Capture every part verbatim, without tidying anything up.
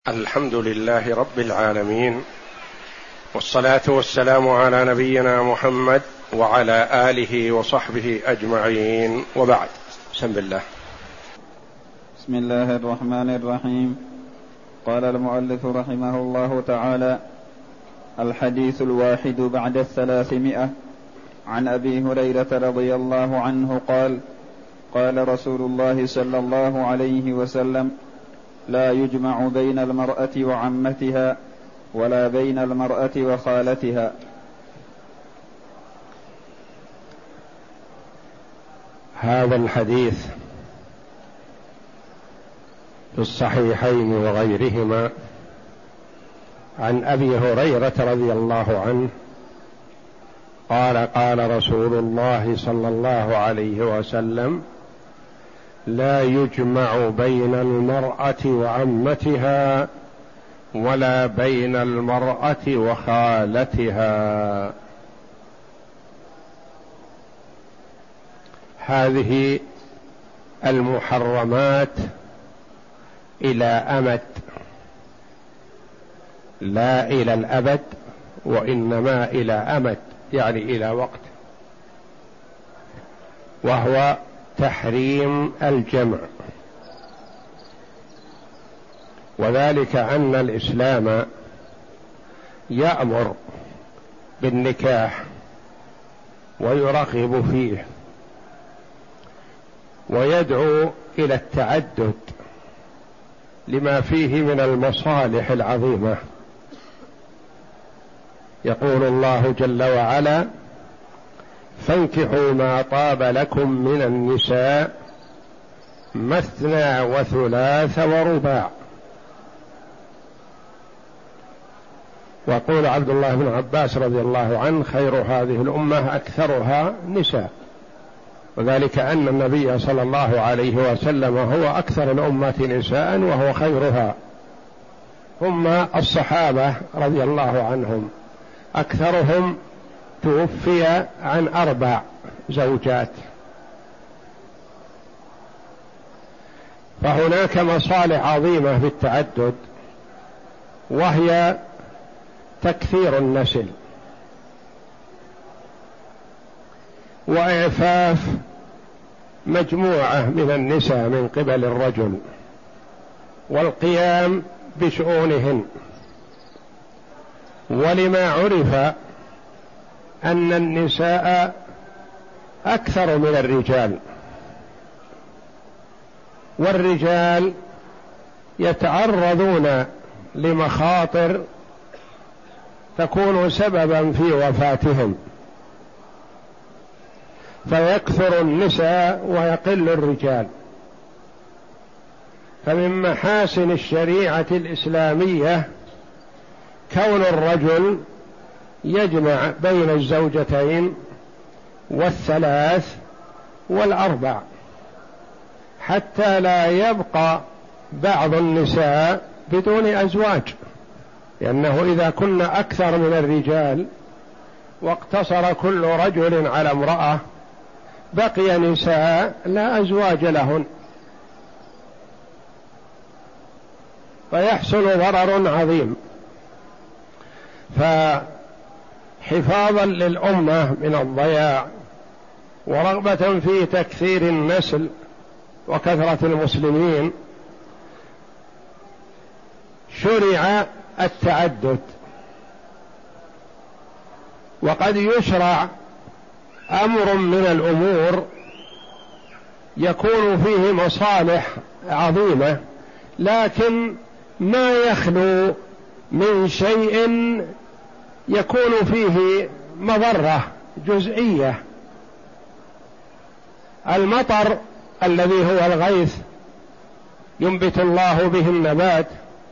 الحمد لله رب العالمين، والصلاة والسلام على نبينا محمد وعلى آله وصحبه أجمعين، وبعد. بسم الله. بسم الله الرحمن الرحيم. قال المؤلف رحمه الله تعالى: الحديث الواحد بعد الثلاثمائة. عن أبي هريرة رضي الله عنه قال: قال رسول الله صلى الله عليه وسلم: لا يجمع بين المرأة وعمتها ولا بين المرأة وخالتها. هذا الحديث في الصحيحين وغيرهما عن أبي هريرة رضي الله عنه قال: قال رسول الله صلى الله عليه وسلم: لا يجمع بين المرأة وعمتها ولا بين المرأة وخالتها. هذه المحرمات إلى أمد، لا إلى الأبد، وإنما إلى أمد، يعني إلى وقت، وهو تحريم الجمع. وذلك أن الإسلام يأمر بالنكاح ويرغب فيه ويدعو إلى التعدد لما فيه من المصالح العظيمة. يقول الله جل وعلا: فانكحوا ما طاب لكم من النساء مثنى وثلاث ورباع. ويقول عبد الله بن عباس رضي الله عنه: خير هذه الأمة أكثرها نساء. وذلك أن النبي صلى الله عليه وسلم هو أكثر الأمة نساء وهو خيرها، ثم الصحابة رضي الله عنهم أكثرهم توفي عن أربع زوجات. فهناك مصالح عظيمة في التعدد، وهي تكثير النسل وإعفاف مجموعة من النساء من قبل الرجل والقيام بشؤونهن. ولما عرف أن النساء أكثر من الرجال، والرجال يتعرضون لمخاطر تكون سببا في وفاتهم، فيكثر النساء ويقل الرجال. فمن محاسن الشريعة الإسلامية كون الرجل يجمع بين الزوجتين والثلاث والأربع، حتى لا يبقى بعض النساء بدون أزواج، لأنه إذا كنا أكثر من الرجال واقتصر كل رجل على امرأة بقي نساء لا أزواج لهن، فيحصل ضرر عظيم. فحفاظا للأمة من الضياع ورغبة في تكثير النسل وكثرة المسلمين شرع التعدد. وقد يشرع أمر من الأمور يكون فيه مصالح عظيمة، لكن ما يخلو من شيء يكون فيه مضرة جزئية. المطر الذي هو الغيث ينبت الله به النبات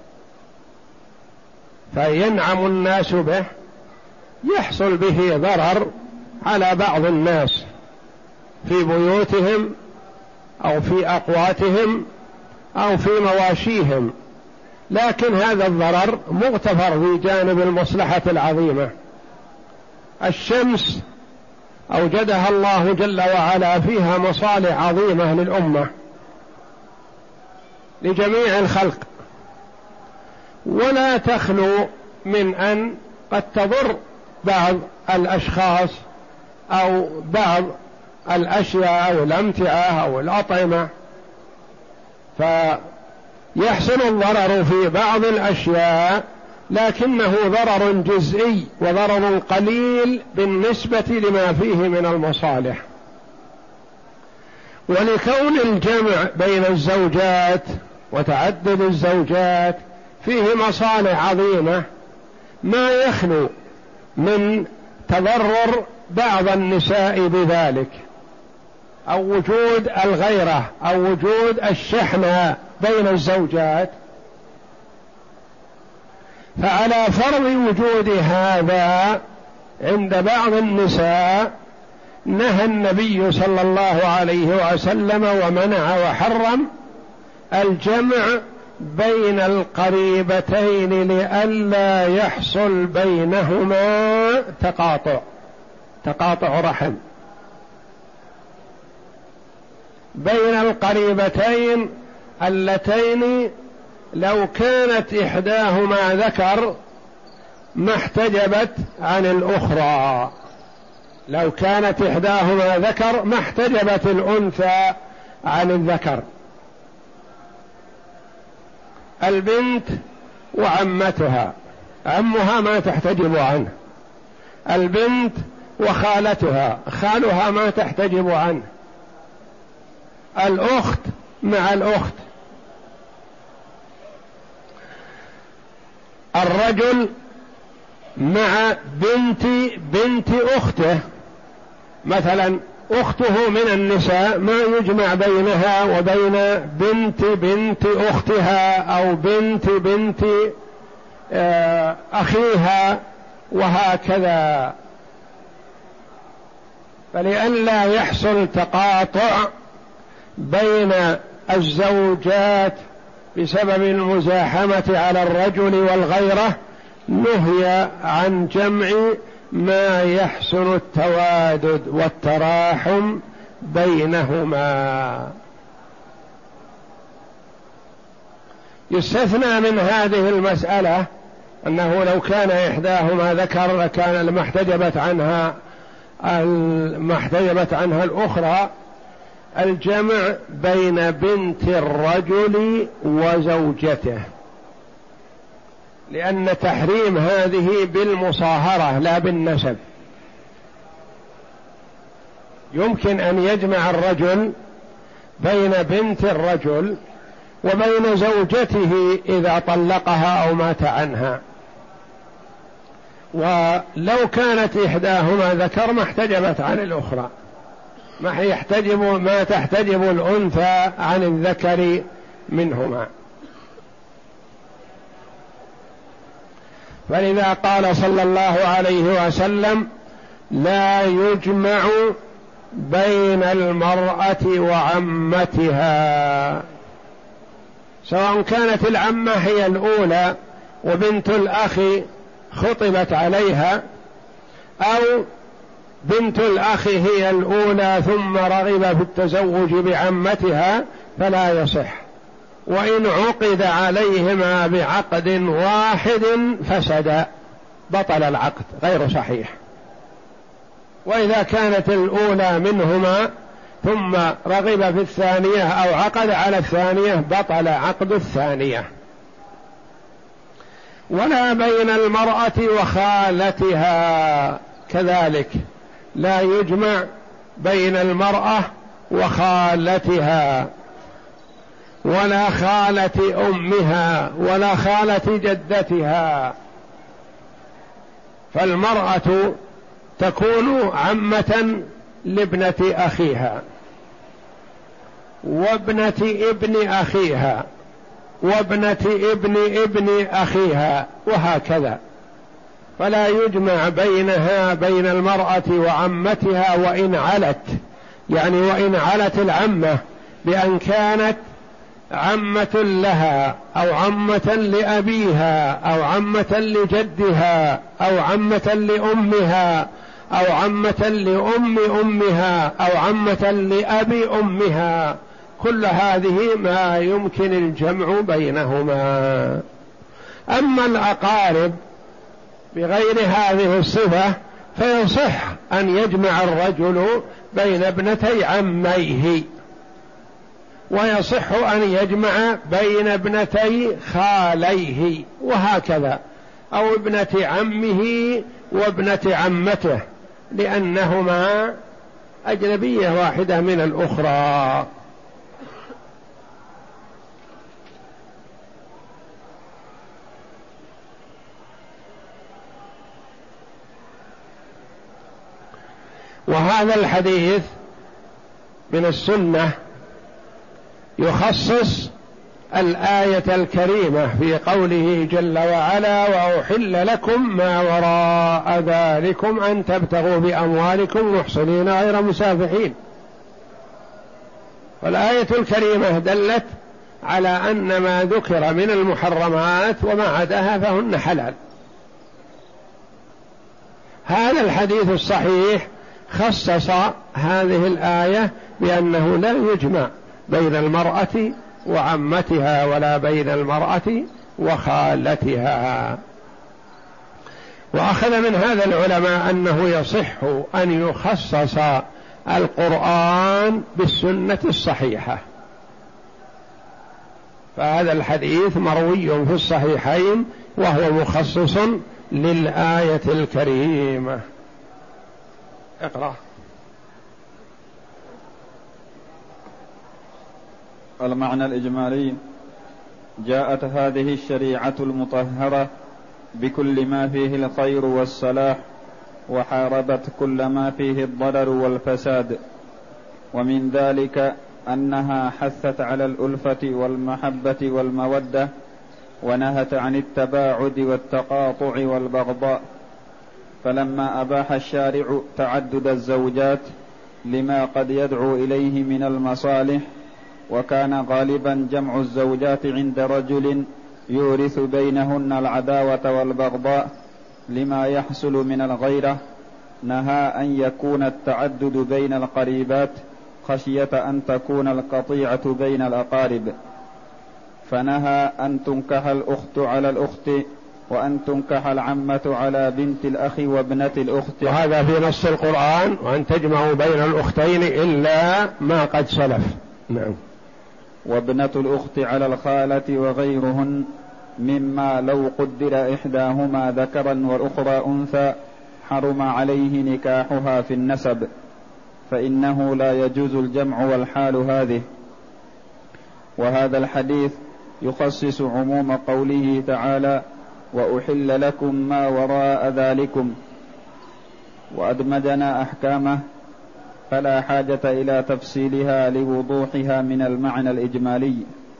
فينعم الناس به، يحصل به ضرر على بعض الناس في بيوتهم أو في أقواتهم أو في مواشيهم، لكن هذا الضرر مغتفر في جانب المصلحة العظيمة. الشمس أوجدها الله جل وعلا فيها مصالح عظيمة للأمة لجميع الخلق، ولا تخلو من أن قد تضر بعض الأشخاص أو بعض الأشياء أو الأمتعة أو الأطعمة، فيحصل الضرر في بعض الأشياء لكنه ضرر جزئي وضرر قليل بالنسبة لما فيه من المصالح. ولكون الجمع بين الزوجات وتعدد الزوجات فيه مصالح عظيمة، ما يخلو من تضرر بعض النساء بذلك، أو وجود الغيرة أو وجود الشحنة بين الزوجات. فعلى فرض وجود هذا عند بعض النساء نهى النبي صلى الله عليه وسلم ومنع وحرم الجمع بين القريبتين لئلا يحصل بينهما تقاطع تقاطع رحم. بين القريبتين اللتين لو كانت إحداهما ذكر ما احتجبت عن الأخرى، لو كانت إحداهما ذكر ما احتجبت الأنثى عن الذكر. البنت وعمتها، عمها ما تحتجب عنه، البنت وخالتها، خالها ما تحتجب عنه، الأخت مع الأخت، الرجل مع بنت بنت أخته، مثلا أخته من النساء ما يجمع بينها وبين بنت بنت أختها أو بنت بنت أخيها وهكذا. فلئلا يحصل تقاطع بين الزوجات بسبب المزاحمة على الرجل والغيرة نهي عن جمع ما يحسن التوادد والتراحم بينهما. يستثنى من هذه المسألة أنه لو كان إحداهما ذكر لكان ما احتجبت عنها ما احتجبت عنها الأخرى الجمع بين بنت الرجل وزوجته، لأن تحريم هذه بالمصاهرة لا بالنسب. يمكن أن يجمع الرجل بين بنت الرجل وبين زوجته إذا طلقها أو مات عنها، ولو كانت إحداهما ذكر ما احتجبت عن الأخرى، ما يحتجب ما تحتجب الأنثى عن الذكر منهما. فلذا قال صلى الله عليه وسلم: لا يجمع بين المرأة وعمتها، سواء كانت العمة هي الأولى وبنت الأخ خطبت عليها، أو بنت الأخ هي الأولى ثم رغب في التزوج بعمتها فلا يصح، وإن عقد عليهما بعقد واحد فسد، بطل العقد غير صحيح. وإذا كانت الأولى منهما ثم رغب في الثانية أو عقد على الثانية بطل عقد الثانية. ولا بين المرأة وخالتها كذلك، لا يجمع بين المرأة وخالتها، ولا خالة أمها، ولا خالة جدتها. فالمرأة تكون عمة لابنة أخيها وابنة ابن أخيها وابنة ابن ابن أخيها وهكذا، فلا يجمع بينها بين المرأة وعمتها وإن علت، يعني وإن علت العمة بأن كانت عمة لها أو عمة لأبيها أو عمة لجدها أو عمة لأمها أو عمة لأم أمها أو عمة لأب أمها، كل هذه ما يمكن الجمع بينهما. أما الأقارب بغير هذه الصفة فيصح أن يجمع الرجل بين ابنتي عميه، ويصح أن يجمع بين ابنتي خاليه، وهكذا، أو ابنة عمه وابنة عمته، لأنهما أجنبية واحدة من الأخرى. وهذا الحديث من السنة يخصص الآية الكريمة في قوله جل وعلا: وأحل لكم ما وراء ذلكم أن تبتغوا بأموالكم محصنين غير مسافحين. والآية الكريمة دلت على أن ما ذكر من المحرمات وما عداها فهن حلال. هذا الحديث الصحيح خصص هذه الآية بأنه لا يجمع بين المرأة وعمتها ولا بين المرأة وخالتها. وأخذ من هذا العلماء أنه يصح أن يخصص القرآن بالسنة الصحيحة، فهذا الحديث مروي في الصحيحين وهو مخصص للآية الكريمة. اقرأ. المعنى الإجمالي: جاءت هذه الشريعة المطهرة بكل ما فيه الخير والصلاح، وحاربت كل ما فيه الضرر والفساد، ومن ذلك أنها حثت على الألفة والمحبة والمودة، ونهت عن التباعد والتقاطع والبغضاء. فلما أباح الشارع تعدد الزوجات لما قد يدعو إليه من المصالح، وكان غالبا جمع الزوجات عند رجل يورث بينهن العداوة والبغضاء لما يحصل من الغيرة، نهى أن يكون التعدد بين القريبات خشية أن تكون القطيعة بين الأقارب، فنهى أن تنكح الأخت على الأخت، وأن تنكح العمة على بنت الأخ وابنة الأخت. وهذا في نص القرآن: وأن تجمعوا بين الأختين إلا ما قد سلف. نعم. وابنة الأخت على الخالة وغيرهن، مما لو قدر إحداهما ذكرا والأخرى أنثى حرم عليه نكاحها في النسب، فإنه لا يجوز الجمع والحال هذه. وهذا الحديث يخصص عموم قوله تعالى: وأحل لكم ما وراء ذلكم، وأدمجنا أحكامه، فلا حاجة إلى تفصيلها لوضوحها من المعنى الإجمالي.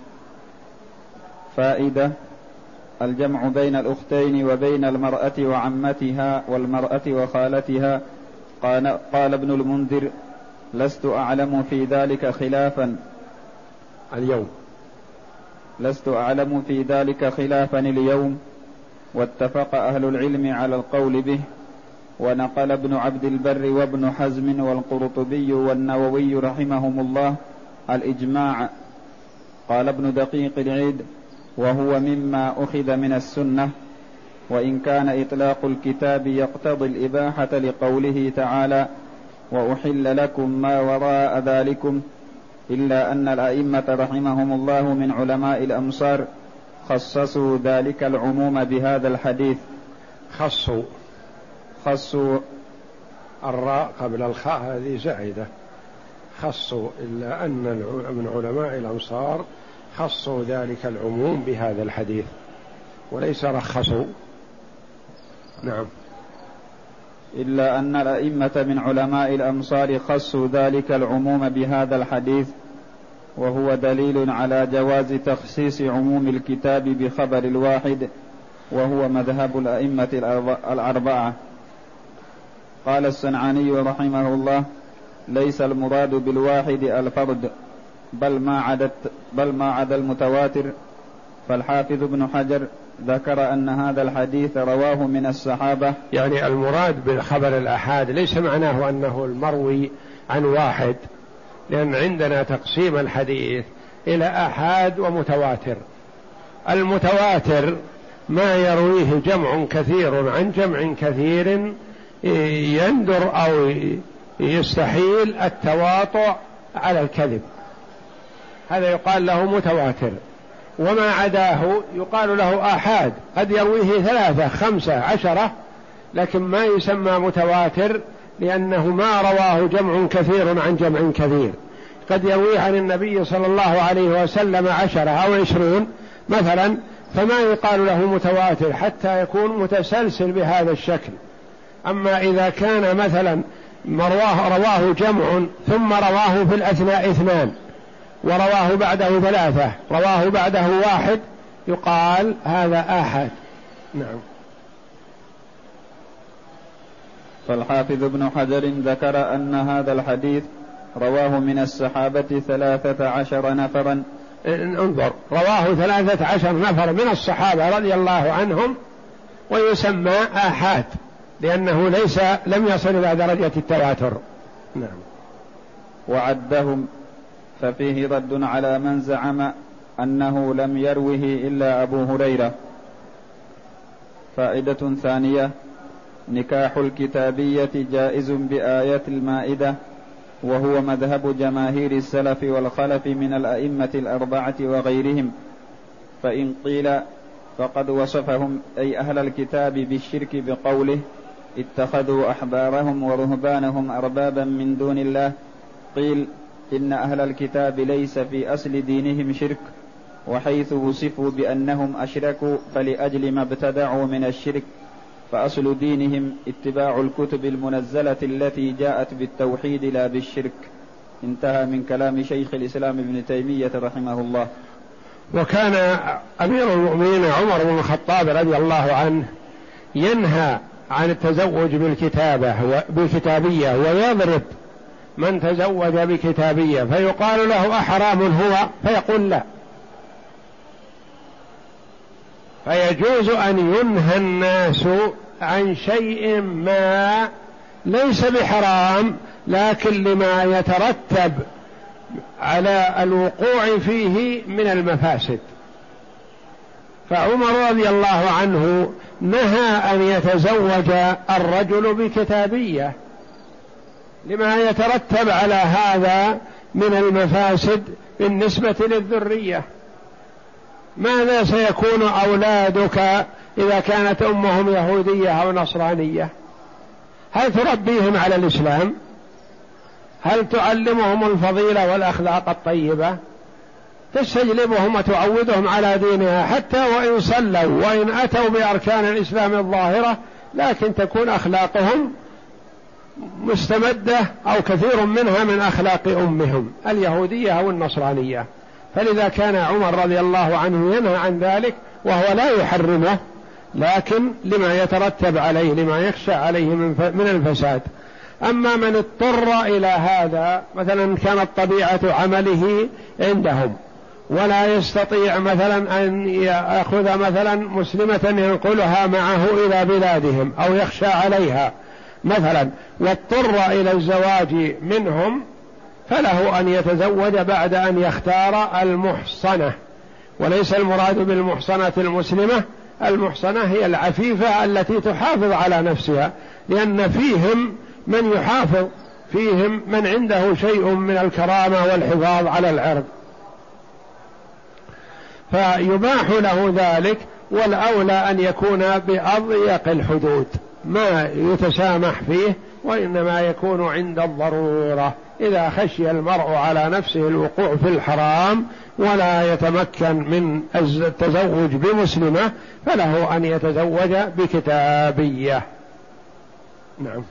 فائدة: الجمع بين الأختين وبين المرأة وعمتها والمرأة وخالتها. قال, قال ابن المنذر: لست أعلم في ذلك خلافا اليوم لست أعلم في ذلك خلافا اليوم، واتفق أهل العلم على القول به. ونقل ابن عبد البر وابن حزم والقرطبي والنووي رحمهم الله الإجماع. قال ابن دقيق العيد: وهو مما أخذ من السنة، وإن كان إطلاق الكتاب يقتضي الإباحة لقوله تعالى: وأحل لكم ما وراء ذلكم، إلا أن الأئمة رحمهم الله من علماء الأمصار خصصوا ذلك العموم بهذا الحديث. خصوا خصوا الراء قبل الخاء هذه زائدة. خصوا إلا أن من علماء الأمصار خصوا ذلك العموم بهذا الحديث، وليس رخصوا. نعم. إلا أن الأئمة من علماء الأمصار خصوا ذلك العموم بهذا الحديث، وهو دليل على جواز تخصيص عموم الكتاب بخبر الواحد، وهو مذهب الأئمة الأربعة. قال الصنعاني رحمه الله: ليس المراد بالواحد الفرد، بل ما عدا بل ما عدا المتواتر. فالحافظ ابن حجر ذكر أن هذا الحديث رواه من الصحابة. يعني المراد بالخبر الآحاد ليس معناه أنه المروي عن واحد، لأن عندنا تقسيم الحديث إلى آحاد ومتواتر. المتواتر ما يرويه جمع كثير عن جمع كثير يندر أو يستحيل التواطؤ على الكذب، هذا يقال له متواتر. وما عداه يقال له آحاد، قد يرويه ثلاثة خمسة عشرة لكن ما يسمى متواتر لأنه ما رواه جمع كثير عن جمع كثير. قد يرويه عن النبي صلى الله عليه وسلم عشرة أو عشرون مثلا، فما يقال له متواتر حتى يكون متسلسل بهذا الشكل. أما إذا كان مثلا رواه, رواه جمع ثم رواه في الأثناء اثنان ورواه بعده ثلاثة رواه بعده واحد يقال هذا آحاد. نعم. فالحافظ ابن حجر ذكر أن هذا الحديث رواه من الصحابة ثلاثة عشر نفرا. انظر، رواه ثلاثة عشر نفر من الصحابة رضي الله عنهم، ويسمى آحاد لأنه ليس لم يصل إلى درجة التواتر. نعم. وعدهم، ففيه رد على من زعم أنه لم يروه إلا أبو هريرة. فائدة ثانية: نكاح الكتابية جائز بآيات المائدة، وهو مذهب جماهير السلف والخلف من الأئمة الأربعة وغيرهم. فإن قيل فقد وصفهم أي أهل الكتاب بالشرك بقوله اتخذوا أحبارهم ورهبانهم أربابا من دون الله، قيل إن أهل الكتاب ليس في أصل دينهم شرك، وحيث وصفوا بأنهم أشركوا فلأجل ما ابتدعوا من الشرك، فأصل دينهم اتباع الكتب المنزلة التي جاءت بالتوحيد لا بالشرك. انتهى من كلام شيخ الإسلام ابن تيمية رحمه الله. وكان أمير المؤمنين عمر بن الخطاب رضي الله عنه ينهى عن التزوج بالكتابة بالكتابية ويضرب من تزوج بكتابية، فيقال له أحرام هو؟ فيقول لا. فيجوز أن ينهى الناس عن شيء ما ليس بحرام لكن لما يترتب على الوقوع فيه من المفاسد. فعمر رضي الله عنه نهى أن يتزوج الرجل بكتابية لما يترتب على هذا من المفاسد بالنسبة للذرية. ماذا سيكون أولادك إذا كانت أمهم يهودية أو نصرانية؟ هل تربيهم على الإسلام؟ هل تعلمهم الفضيلة والأخلاق الطيبة؟ تستجلبهم وتعودهم على دينها حتى وإن صلوا وإن أتوا بأركان الإسلام الظاهرة، لكن تكون أخلاقهم مستمدة أو كثير منها من أخلاق أمهم اليهودية أو النصرانية. فلذا كان عمر رضي الله عنه ينهى عن ذلك وهو لا يحرمه، لكن لما يترتب عليه لما يخشى عليه من الفساد. أما من اضطر إلى هذا مثلا كانت طبيعة عمله عندهم ولا يستطيع مثلا أن يأخذ مثلا مسلمة ينقلها معه إلى بلادهم أو يخشى عليها مثلا واضطر إلى الزواج منهم، فله أن يتزوج بعد أن يختار المحصنة. وليس المراد بالمحصنة المسلمة، المحصنة هي العفيفة التي تحافظ على نفسها، لأن فيهم من يحافظ، فيهم من عنده شيء من الكرامة والحفاظ على العرض، فيباح له ذلك. والأولى أن يكون بأضيق الحدود، ما يتسامح فيه، وإنما يكون عند الضرورة. إذا خشي المرء على نفسه الوقوع في الحرام ولا يتمكن من التزوج بمسلمة فله أن يتزوج بكتابية. نعم.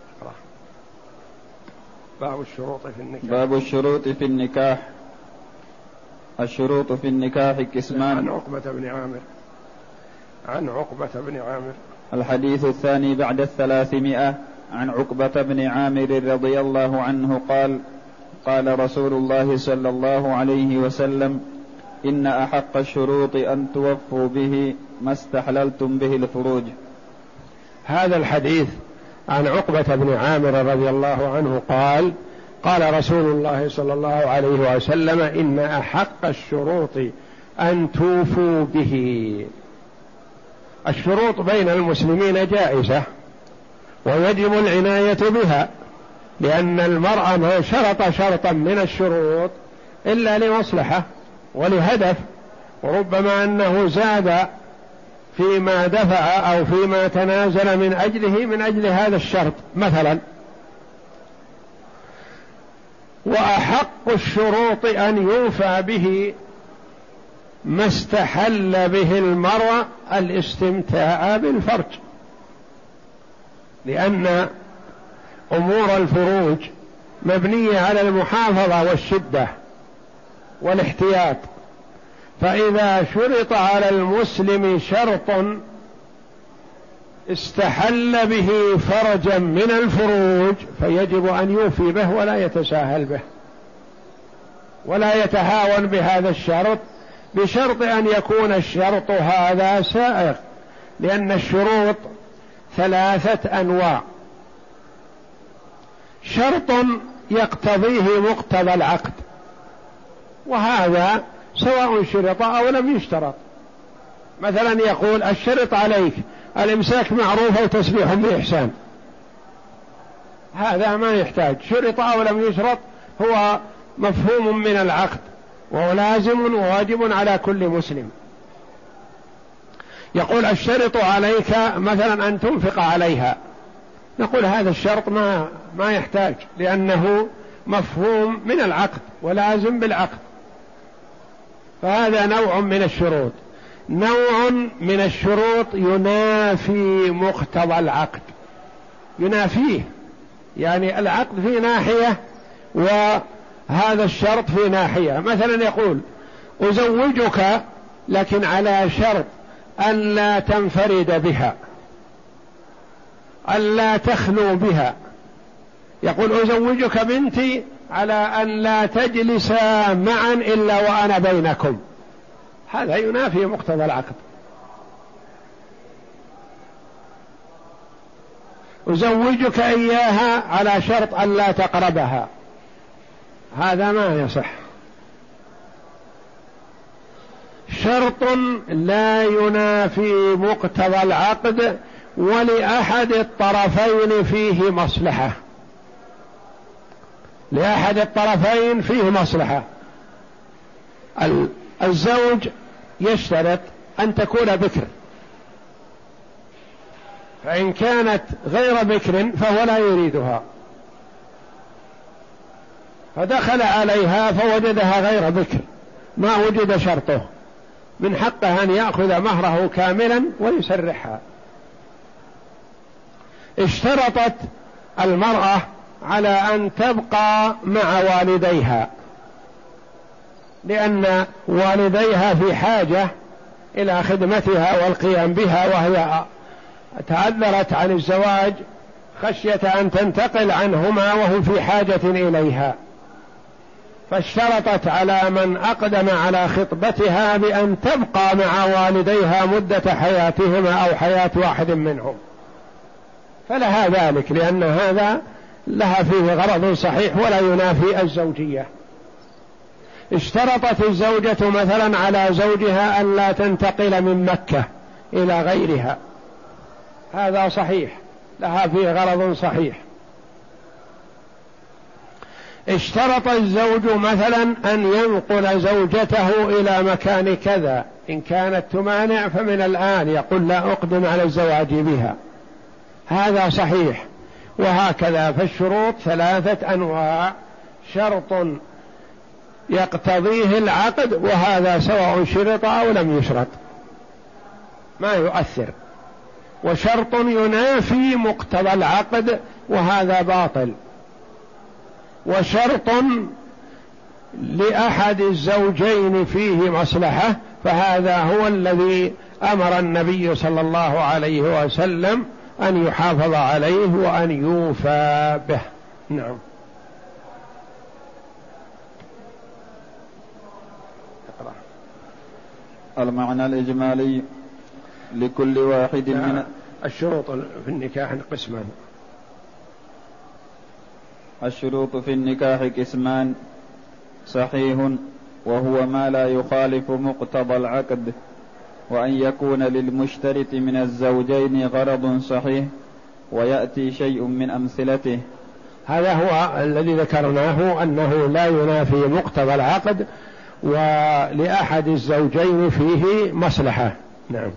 باب الشروط في النكاح. باب الشروط في النكاح. الشروط في النكاح قسمان. عن عقبة بن عامر عن عقبة بن عامر الحديث الثاني بعد الثلاثمائة. عن عقبة بن عامر رضي الله عنه قال: قال رسول الله صلى الله عليه وسلم: إن أحق الشروط أن توفوا به ما استحللتم به الفروج. هذا الحديث عن عقبة بن عامر رضي الله عنه قال: قال رسول الله صلى الله عليه وسلم: إن أحق الشروط أن توفوا به. الشروط بين المسلمين جائزة ويجب العناية بها، لأن المرأة ما شرط شرطا من الشروط إلا لمصلحة ولهدف، وربما أنه زاد فيما دفع أو فيما تنازل من أجله من أجل هذا الشرط مثلا. وأحق الشروط أن يوفى به ما استحل به المرء الاستمتاع بالفرج، لأن أمور الفروج مبنية على المحافظة والشدة والاحتياط، فإذا شرط على المسلم شرط استحل به فرجا من الفروج فيجب أن يوفي به ولا يتساهل به ولا يتهاون بهذا الشرط، بشرط أن يكون الشرط هذا سائغ، لأن الشروط ثلاثة أنواع: شرط يقتضيه مقتضى العقد، وهذا سواء شرط أو لم يشترط. مثلا يقول الشرط عليك الإمساك معروف وتسبيح بإحسان، هذا ما يحتاج، شرط أو لم يشرط هو مفهوم من العقد وهو لازم وواجب على كل مسلم. يقول الشرط عليك مثلا أن تنفق عليها، نقول هذا الشرط ما ما يحتاج، لأنه مفهوم من العقد ولازم بالعقد، فهذا نوع من الشروط. نوع من الشروط ينافي مقتضى العقد، ينافيه، يعني العقد في ناحية وهذا الشرط في ناحية. مثلا يقول أزوجك لكن على شرط أن لا تنفرد بها، أن لا تخلو بها. يقول أزوجك بنتي على أن لا تجلسا معا إلا وأنا بينكم، هذا ينافي مقتضى العقد. أزوجك إياها على شرط أن لا تقربها، هذا ما يصح. شرط لا ينافي مقتضى العقد ولأحد الطرفين فيه مصلحة، لأحد الطرفين فيه مصلحة. الزوج يشترط أن تكون بكر، فإن كانت غير بكر فهو لا يريدها، فدخل عليها فوجدها غير بكر ما وجد شرطه، من حقه أن يأخذ مهره كاملا ويسرحها. اشترطت المرأة على أن تبقى مع والديها لأن والديها في حاجة إلى خدمتها والقيام بها، وهي تعذرت عن الزواج خشية أن تنتقل عنهما وهم في حاجة إليها، فاشترطت على من أقدم على خطبتها بأن تبقى مع والديها مدة حياتهما أو حياة واحد منهم، فلها ذلك، لأن هذا لها فيه غرض صحيح ولا ينافي الزوجية. اشترطت الزوجة مثلا على زوجها أن لا تنتقل من مكة إلى غيرها، هذا صحيح، لها فيه غرض صحيح. اشترط الزوج مثلا أن ينقل زوجته إلى مكان كذا، إن كانت تمانع فمن الآن يقول لا أقدم على الزواج بها، هذا صحيح. وهكذا، فالشروط ثلاثة أنواع: شرط يقتضيه العقد، وهذا سواء شرط أو لم يشرط ما يؤثر، وشرط ينافي مقتضى العقد وهذا باطل، وشرط لأحد الزوجين فيه مصلحة، فهذا هو الذي أمر النبي صلى الله عليه وسلم أن يحافظ عليه وأن يوفى به. نعم. اقرأ. المعنى الإجمالي لكل واحد من الشروط في النكاح قسمان. الشروط في النكاح قسمان: صحيح وهو ما لا يخالف مقتضى العقد، وأن يكون للمشترط من الزوجين غرض صحيح ويأتي شيء من أمثلته. هذا هو الذي ذكرناه أنه لا ينافي مقتضى العقد ولأحد الزوجين فيه مصلحة. نعم.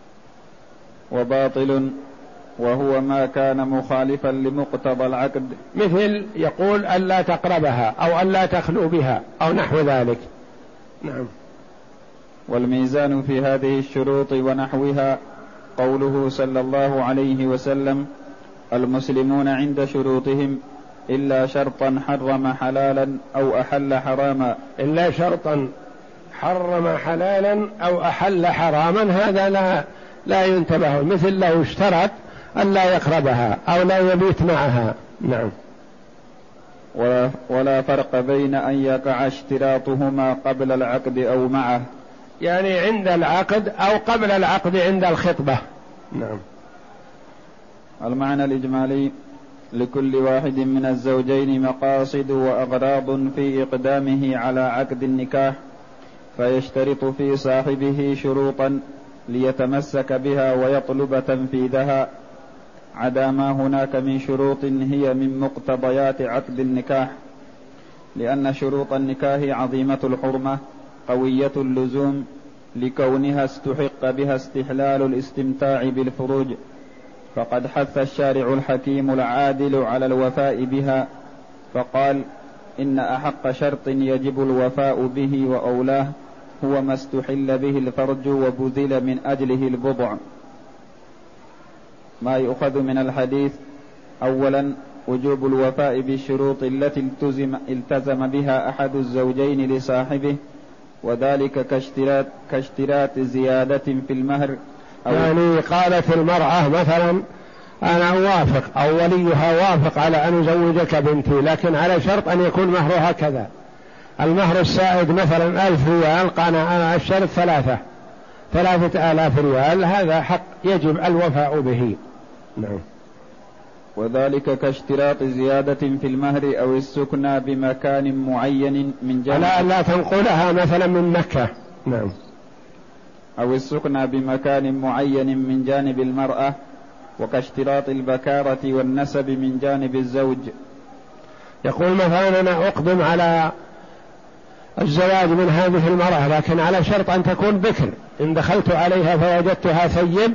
وباطل وهو ما كان مخالفا لمقتضى العقد، مثل يقول ألا تقربها أو ألا تخلو بها أو نحو ذلك. نعم. والميزان في هذه الشروط ونحوها قوله صلى الله عليه وسلم: المسلمون عند شروطهم إلا شرطا حرم حلالا أو أحل حراما. إلا شرطا حرم حلالا أو أحل حراما، هذا لا لا ينتبه، مثل لو اشترط ألا يقربها أو لا يبيت معها. نعم. ولا, ولا فرق بين أن يقع اشتراطهما قبل العقد أو معه، يعني عند العقد أو قبل العقد عند الخطبة. نعم. المعنى الإجمالي: لكل واحد من الزوجين مقاصد وأغراض في إقدامه على عقد النكاح، فيشترط في صاحبه شروطا ليتمسك بها ويطلب تنفيذها، عدا ما هناك من شروط هي من مقتضيات عقد النكاح، لأن شروط النكاح عظيمة الحرمة قوية اللزوم، لكونها استحق بها استحلال الاستمتاع بالفروج، فقد حث الشارع الحكيم العادل على الوفاء بها، فقال: إن أحق شرط يجب الوفاء به وأولاه هو ما استحل به الفرج وبذل من أجله البضع. ما يؤخذ من الحديث: أولا وجوب الوفاء بالشروط التي التزم, التزم بها أحد الزوجين لصاحبه، وذلك كاشتراط, كاشتراط زيادة في المهر، أو يعني قالت المرأة مثلا: أنا أوافق أو وليها وافق على أن أزوجك بنتي، لكن على شرط أن يكون مهرها كذا، المهر السائد مثلا ألف ريال، قال أنا الشرط ثلاثة ثلاثة آلاف ريال، هذا حق يجب الوفاء به. نعم. وذلك كاشتراط زيادة في المهر أو السكنى بمكان معين من جانب، على لا تنقلها مثلا من مكة. نعم. أو السكنى بمكان معين من جانب المرأة، وكاشتراط البكارة والنسب من جانب الزوج. يقول مثلا: أنا أقدم على الزواج من هذه المرأة، لكن على شرط أن تكون بكر، إن دخلت عليها فوجدتها ثيب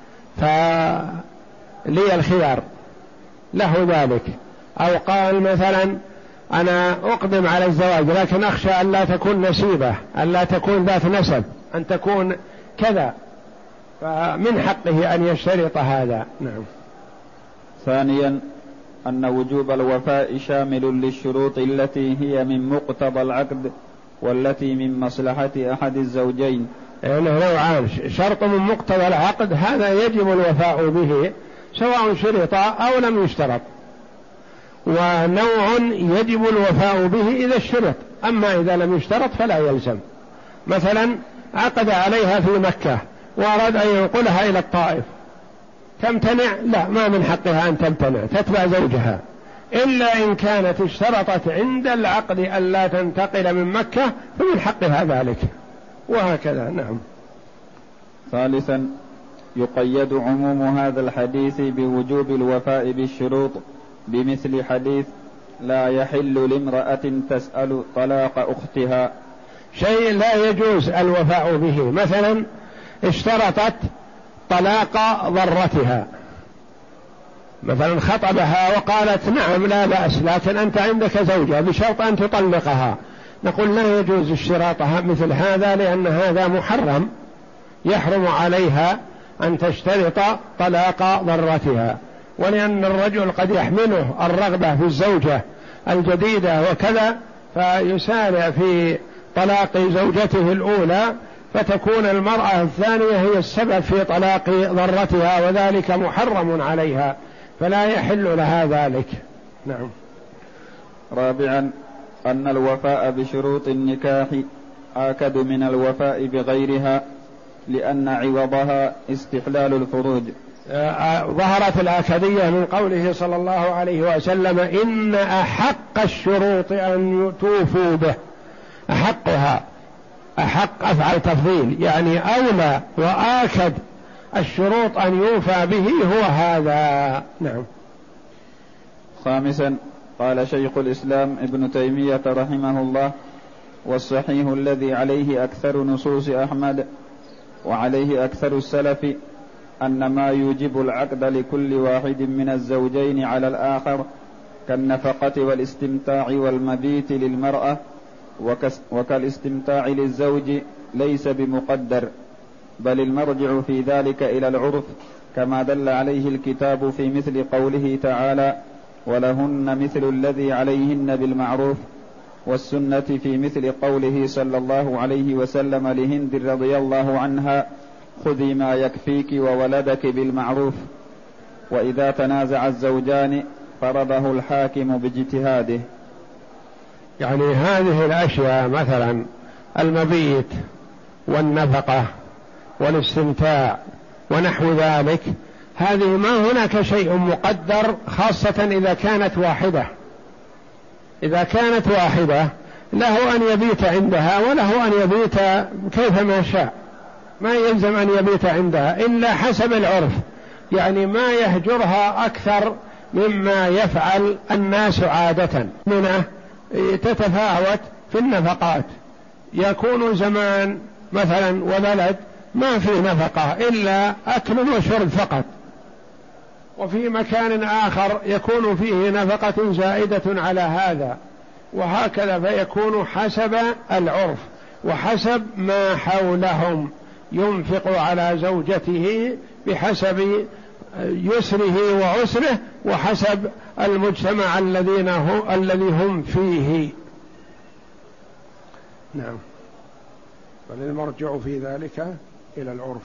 فلي الخيار له ذلك. أو قال مثلا: أنا أقدم على الزواج لكن أخشى أن لا تكون نسيبة، أن لا تكون ذات نسب، أن تكون كذا، فمن حقه أن يشترط هذا. نعم. ثانيا أن وجوب الوفاء شامل للشروط التي هي من مقتضى العقد والتي من مصلحة أحد الزوجين. يعني نوعان: شرط من مقتضى العقد هذا يجب الوفاء به سواء شرط أو لم يشترط، ونوع يجب الوفاء به إذا اشترط، أما إذا لم يشترط فلا يلزم. مثلا عقد عليها في مكة وأراد أن ينقلها إلى الطائف، تمتنع؟ لا، ما من حقها أن تمتنع، تتبع زوجها، إلا إن كانت اشترطت عند العقد أن لا تنتقل من مكة فمن حقها ذلك، وهكذا. نعم. ثالثا يقيد عموم هذا الحديث بوجوب الوفاء بالشروط بمثل حديث: لا يحل لامرأة تسأل طلاق أختها. شيء لا يجوز الوفاء به، مثلا اشترطت طلاق ضرتها، مثلا خطبها وقالت نعم لا بأس، لكن أنت عندك زوجة بشرط أن تطلقها، نقول لا يجوز اشتراطها مثل هذا، لأن هذا محرم، يحرم عليها أن تشترط طلاق ضرتها، ولأن الرجل قد يحمله الرغبة في الزوجة الجديدة وكذا، فيسارع في طلاق زوجته الأولى، فتكون المرأة الثانية هي السبب في طلاق ضرتها، وذلك محرم عليها، فلا يحل لها ذلك. نعم. رابعا أن الوفاء بشروط النكاح آكد من الوفاء بغيرها، لأن عوضها استحلال الفروج. ظهرت الآكدية من قوله صلى الله عليه وسلم: إن أحق الشروط أن توفوا به، أحقها أحق أفعل تفضيل، يعني أولى وآكد الشروط أن يوفى به هو هذا. نعم. خامسا، قال شيخ الإسلام ابن تيمية رحمه الله: والصحيح الذي عليه أكثر نصوص أحمد وعليه أكثر السلف أن ما يوجب العقد لكل واحد من الزوجين على الآخر كالنفقة والاستمتاع والمبيت للمرأة وكالاستمتاع للزوج ليس بمقدر، بل المرجع في ذلك إلى العرف، كما دل عليه الكتاب في مثل قوله تعالى: ولهن مثل الذي عليهن بالمعروف، والسنة في مثل قوله صلى الله عليه وسلم لهند رضي الله عنها: خذي ما يكفيك وولدك بالمعروف. وإذا تنازع الزوجان فرضه الحاكم باجتهاده. يعني هذه الأشياء مثلا المبيت والنفقة والاستمتاع ونحو ذلك، هذه ما هناك شيء مقدر، خاصة إذا كانت واحدة. إذا كانت واحدة له أن يبيت عندها وله أن يبيت كيفما شاء، ما يلزم أن يبيت عندها إلا حسب العرف، يعني ما يهجرها أكثر مما يفعل الناس عادة. منه تتفاوت في النفقات، يكون زمان مثلا وبلد ما في نفقة إلا أكل وشرب فقط، وفي مكان آخر يكون فيه نفقة زائدة على هذا، وهكذا، فيكون حسب العرف وحسب ما حولهم، ينفق على زوجته بحسب يسره وعسره وحسب المجتمع الذين هو الذي هم فيه. نعم. بل المرجع في ذلك إلى العرف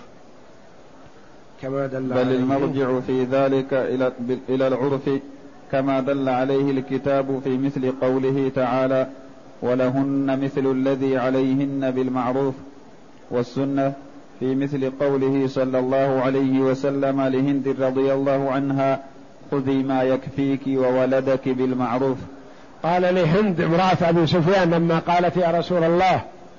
كما دل بل المرجع في ذلك إلى إلى العرف كما دل عليه الكتاب في مثل قوله تعالى: ولهن مثل الذي عليهن بالمعروف، والسنة في مثل قوله صلى الله عليه وسلم لهند رضي الله عنها: خذي ما يكفيك وولدك بالمعروف. قال لهند امرأة أبي سفيان لما قالت: يا رسول الله،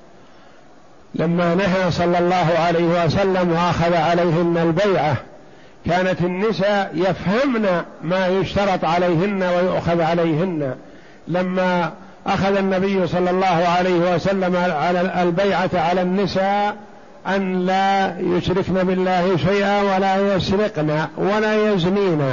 لما نهى صلى الله عليه وسلم وأخذ عليهن البيعة، كانت النساء يفهمن ما يشترط عليهن ويؤخذ عليهن. لما أخذ النبي صلى الله عليه وسلم على البيعة على النساء أن لا يشركن بالله شيئا ولا يسرقن ولا يزنين،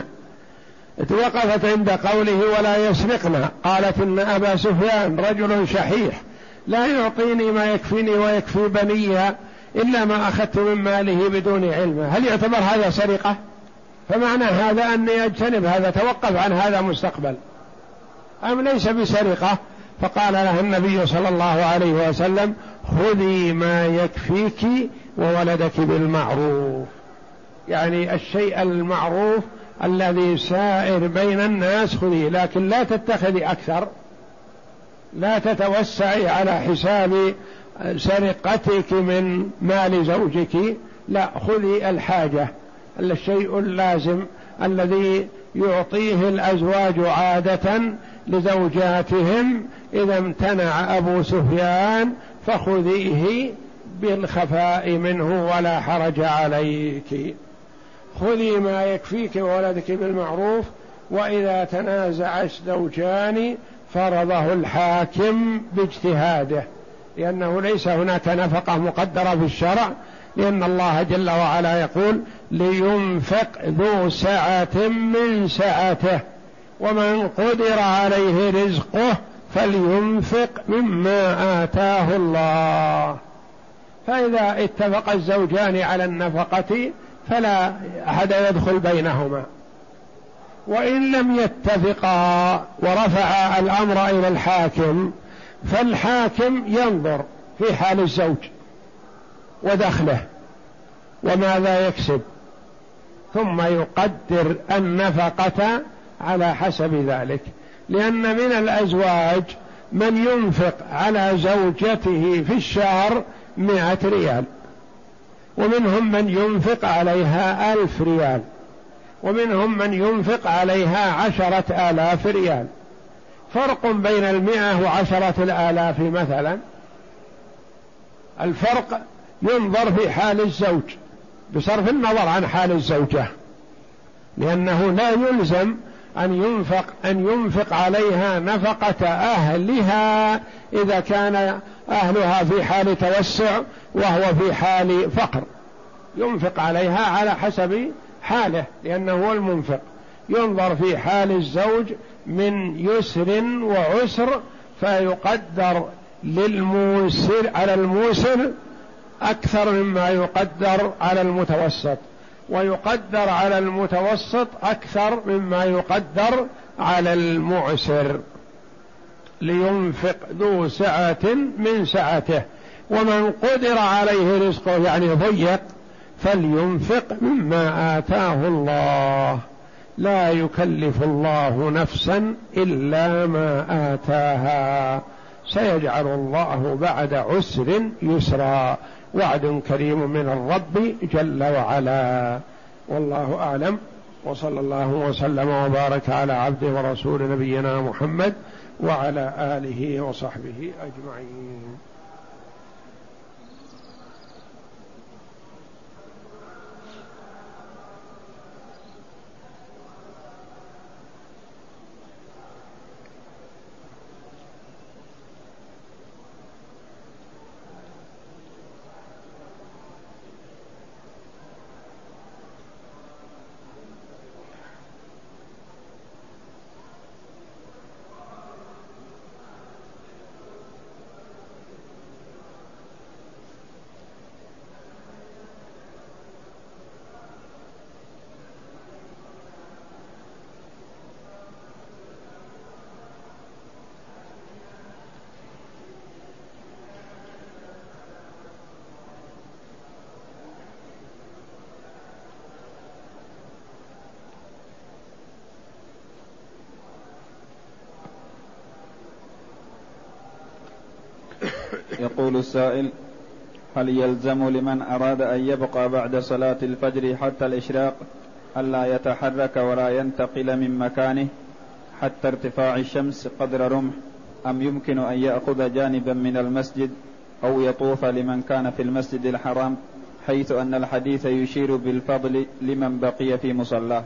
وقفت عند قوله ولا يسرقن، قالت: إن أبا سفيان رجل شحيح لا يعطيني ما يكفيني ويكفي بني إلا ما أخذت من ماله بدون علمه، هل يعتبر هذا سرقة؟ فمعنى هذا أني أجتنب هذا، توقف عن هذا مستقبل، أم ليس بسرقة؟ فقال لها النبي صلى الله عليه وسلم: خذي ما يكفيك وولدك بالمعروف، يعني الشيء المعروف الذي سائر بين الناس خذي، لكن لا تتخذي أكثر، لا تتوسعي على حساب سرقتك من مال زوجك، لا، خذي الحاجة، الشيء اللازم الذي يعطيه الأزواج عادة لزوجاتهم. إذا امتنع أبو سفيان فخذيه بالخفاء منه ولا حرج عليك. خذي ما يكفيك وولدك بالمعروف. وإذا تنازع الزوجان فرضه الحاكم باجتهاده، لأنه ليس هناك نفقة مقدرة في الشرع، لأن الله جل وعلا يقول: لينفق ذو سعة من سعته ومن قدر عليه رزقه فلينفق مما آتاه الله. فإذا اتفق الزوجان على النفقة فلا أحد يدخل بينهما، وإن لم يتفقا ورفع الأمر إلى الحاكم فالحاكم ينظر في حال الزوج ودخله وماذا يكسب، ثم يقدر النفقة على حسب ذلك، لأن من الأزواج من ينفق على زوجته في الشهر مئة ريال، ومنهم من ينفق عليها ألف ريال، ومنهم من ينفق عليها عشرة آلاف ريال. فرق بين المئة وعشرة الآلاف مثلا، الفرق ينظر في حال الزوج بصرف النظر عن حال الزوجة، لأنه لا يلزم أن ينفق أن ينفق عليها نفقة أهلها إذا كان أهلها في حال توسع وهو في حال فقر، ينفق عليها على حسب حاله لأنه هو المنفق. ينظر في حال الزوج من يسر وعسر فيقدر للموسر على الموسر أكثر مما يقدر على المتوسط، ويقدر على المتوسط أكثر مما يقدر على المعسر، لينفق ذو سعة من سعته، ومن قدر عليه رزقه يعني ضيق فلينفق مما آتاه الله، لا يكلف الله نفسا إلا ما آتاها، سيجعل الله بعد عسر يسرا، وعد كريم من الرب جل وعلا. والله أعلم، وصلى الله وسلم وبارك على عبده ورسول نبينا محمد وعلى آله وصحبه أجمعين. يقول السائل: هل يلزم لمن أراد أن يبقى بعد صلاة الفجر حتى الإشراق ألا يتحرك ولا ينتقل من مكانه حتى ارتفاع الشمس قدر رمح، أم يمكن أن يأخذ جانبا من المسجد أو يطوف لمن كان في المسجد الحرام، حيث أن الحديث يشير بالفضل لمن بقي في مصلاه؟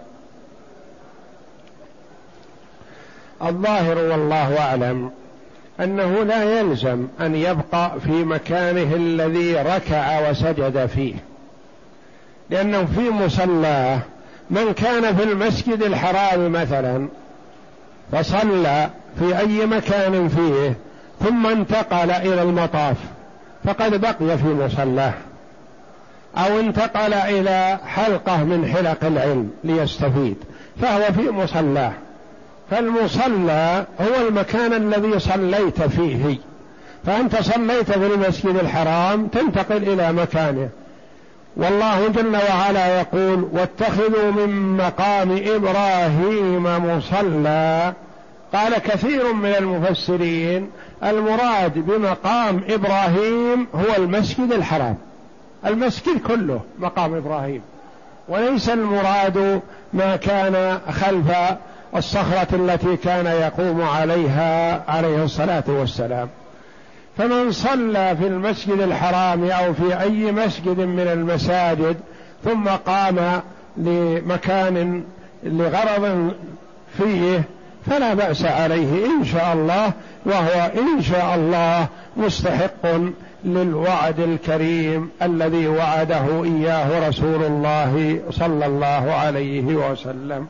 الظاهر والله أعلم أنه لا يلزم أن يبقى في مكانه الذي ركع وسجد فيه، لأنه في مصلاه. من كان في المسجد الحرام مثلا فصلى في أي مكان فيه ثم انتقل إلى المطاف فقد بقي في مصلاه، أو انتقل إلى حلقة من حلق العلم ليستفيد فهو في مصلاه. فالمصلى هو المكان الذي صليت فيه، فأنت صليت في المسجد الحرام تنتقل إلى مكانه. والله جل وعلا يقول: واتخذوا من مقام إبراهيم مصلى. قال كثير من المفسرين المراد بمقام إبراهيم هو المسجد الحرام، المسجد كله مقام إبراهيم، وليس المراد ما كان خلف الصخرة التي كان يقوم عليها عليه الصلاة والسلام. فمن صلى في المسجد الحرام أو في أي مسجد من المساجد ثم قام لمكان لغرض فيه فلا بأس عليه إن شاء الله، وهو إن شاء الله مستحق للوعد الكريم الذي وعده إياه رسول الله صلى الله عليه وسلم.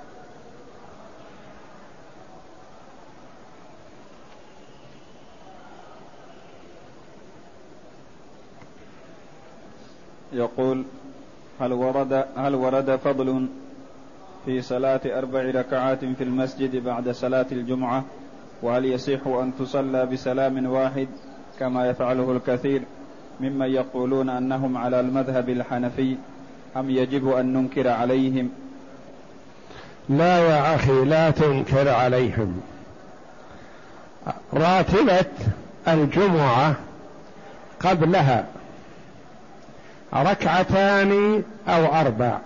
يقول: هل ورد هل ورد فضل في صلاة أربع ركعات في المسجد بعد صلاة الجمعة؟ وهل يصح أن تصلى بسلام واحد كما يفعله الكثير ممن يقولون أنهم على المذهب الحنفي، أم يجب أن ننكر عليهم؟ لا يا أخي، لا تنكر عليهم. راتبة الجمعة قبلها ركعتان أو أربع.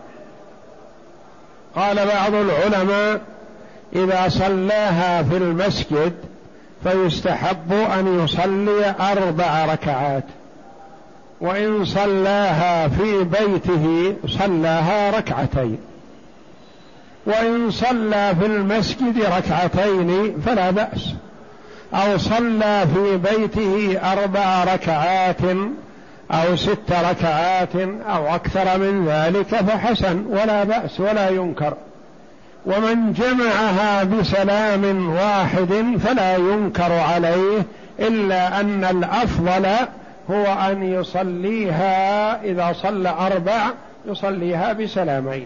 قال بعض العلماء: إذا صلاها في المسجد فيستحب أن يصلي أربع ركعات، وإن صلاها في بيته صلاها ركعتين، وإن صلى في المسجد ركعتين فلا بأس، أو صلى في بيته أربع ركعات أو ست ركعات أو أكثر من ذلك فحسن ولا بأس ولا ينكر. ومن جمعها بسلام واحد فلا ينكر عليه، إلا أن الأفضل هو أن يصليها إذا صلى أربع يصليها بسلامين،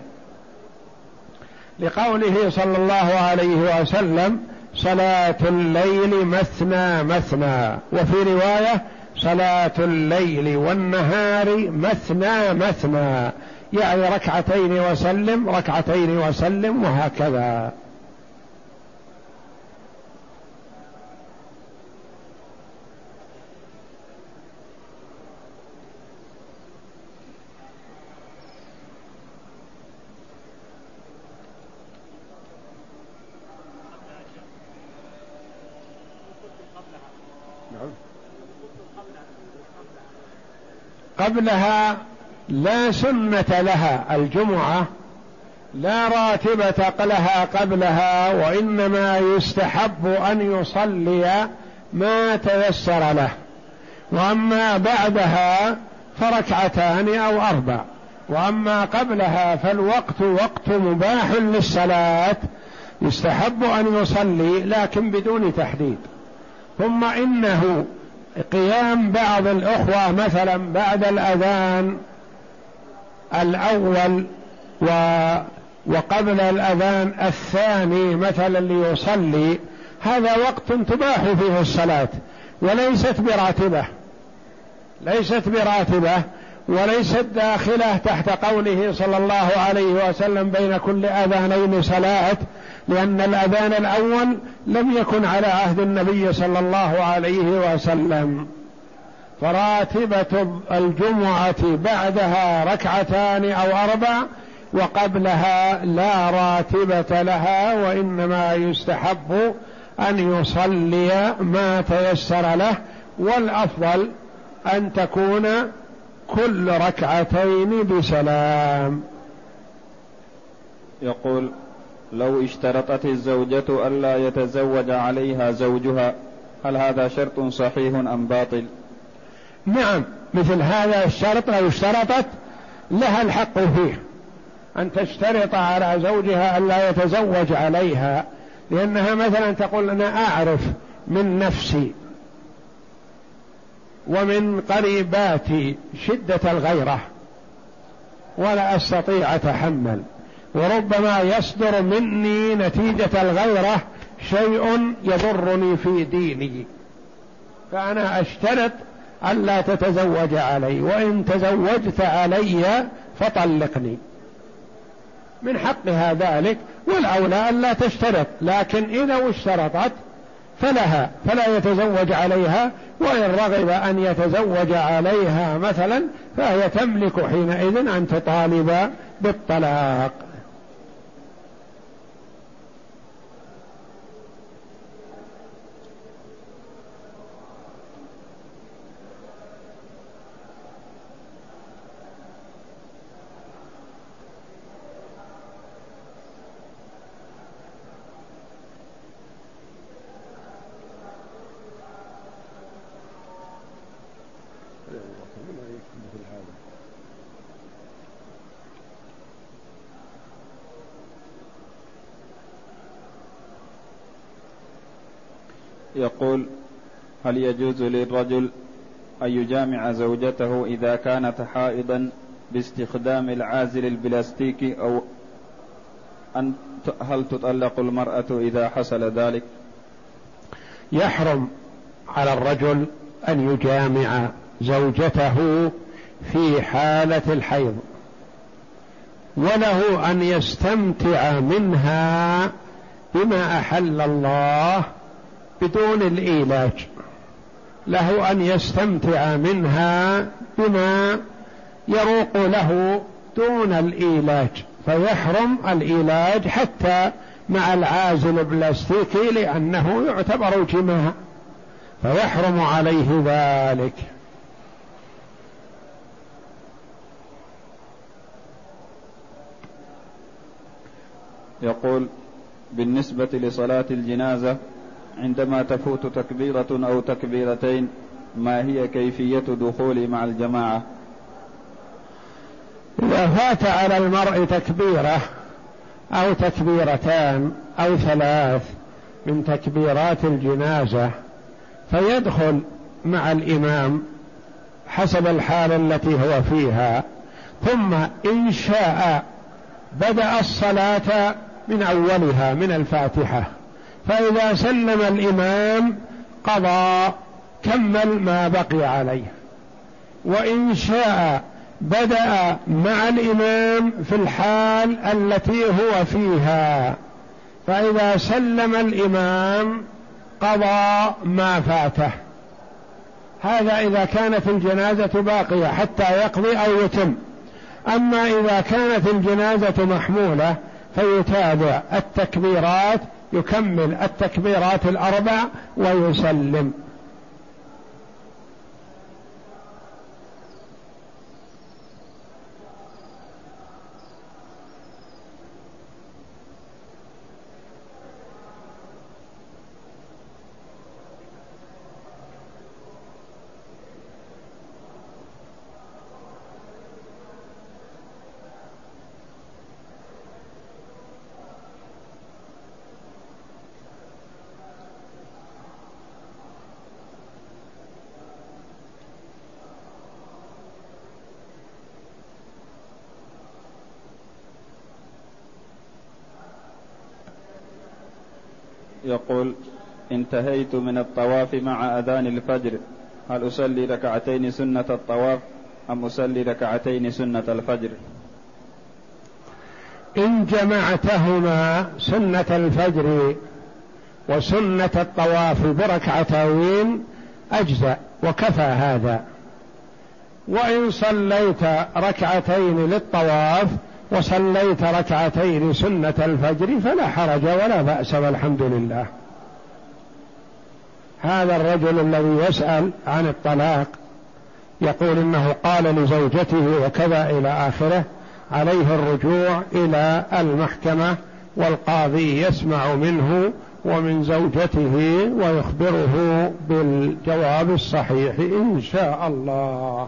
لقوله صلى الله عليه وسلم: صلاة الليل مثنى مثنى، وفي رواية: صلاة الليل والنهار مثنى مثنى، يعني ركعتين وسلم ركعتين وسلم وهكذا. قبلها لا سنة لها، الجمعة لا راتبة لها قبلها، وإنما يستحب أن يصلي ما تيسر له، وأما بعدها فركعتان أو أربع، وأما قبلها فالوقت وقت مباح للصلاة يستحب أن يصلي لكن بدون تحديد. ثم إنه قيام بعض الأخوة مثلا بعد الأذان الأول و وقبل الأذان الثاني مثلا ليصلي، هذا وقت تباح فيه الصلاة وليست براتبة، ليست براتبة وليست داخلة تحت قوله صلى الله عليه وسلم: بين كل أذانين صلاة، لأن الأذان الأول لم يكن على عهد النبي صلى الله عليه وسلم. فراتبة الجمعة بعدها ركعتان أو أربع، وقبلها لا راتبة لها، وإنما يستحب أن يصلي ما تيسر له، والأفضل أن تكون كل ركعتين بسلام. يقول: لو اشترطت الزوجة ألا يتزوج عليها زوجها، هل هذا شرط صحيح أم باطل؟ نعم، مثل هذا الشرط لو اشترطت لها الحق فيه أن تشترط على زوجها ألا يتزوج عليها، لأنها مثلا تقول: أنا أعرف من نفسي ومن قريباتي شدة الغيرة ولا أستطيع أتحمل، وربما يصدر مني نتيجة الغيرة شيء يضرني في ديني، فأنا أشترط ألا تتزوج علي، وإن تزوجت علي فطلقني. من حقها ذلك، والأولى ألا تشترط، لكن إذا اشترطت فلها فلا يتزوج عليها، وإن رغب أن يتزوج عليها مثلا فهي تملك حينئذ أن تطالب بالطلاق. يقول: هل يجوز للرجل أن يجامع زوجته إذا كانت حائضا باستخدام العازل البلاستيكي، أو أن هل تطلق المرأة إذا حصل ذلك؟ يحرم على الرجل أن يجامع زوجته في حالة الحيض، وله أن يستمتع منها بما أحل الله بدون الإيلاج، له أن يستمتع منها بما يروق له دون الإيلاج، فيحرم الإيلاج حتى مع العازل البلاستيكي لأنه يعتبر جماع، فيحرم عليه ذلك. يقول: بالنسبة لصلاة الجنازة عندما تفوت تكبيرة أو تكبيرتين ما هي كيفية دخول مع الجماعة؟ إذا فات على المرء تكبيرة أو تكبيرتان أو ثلاث من تكبيرات الجنازة فيدخل مع الإمام حسب الحال التي هو فيها، ثم إن شاء بدأ الصلاة من أولها من الفاتحة، فإذا سلم الإمام قضى كمل ما بقي عليه، وإن شاء بدأ مع الإمام في الحال التي هو فيها، فإذا سلم الإمام قضى ما فاته. هذا إذا كانت الجنازة باقية حتى يقضي أو يتم. أما إذا كانت الجنازة محمولة فيتابع التكبيرات، يكمل التكبيرات الأربع ويسلم. يقول: انتهيت من الطواف مع أذان الفجر، هل أصلي ركعتين سنة الطواف أم أصلي ركعتين سنة الفجر؟ إن جمعتهما سنة الفجر وسنة الطواف بركعتين أجزأ وكفى هذا، وإن صليت ركعتين للطواف وصليت ركعتين سنة الفجر فلا حرج ولا بأس والحمد لله. هذا الرجل الذي يسأل عن الطلاق يقول إنه قال لزوجته وكذا إلى آخره، عليه الرجوع إلى المحكمة والقاضي يسمع منه ومن زوجته ويخبره بالجواب الصحيح إن شاء الله.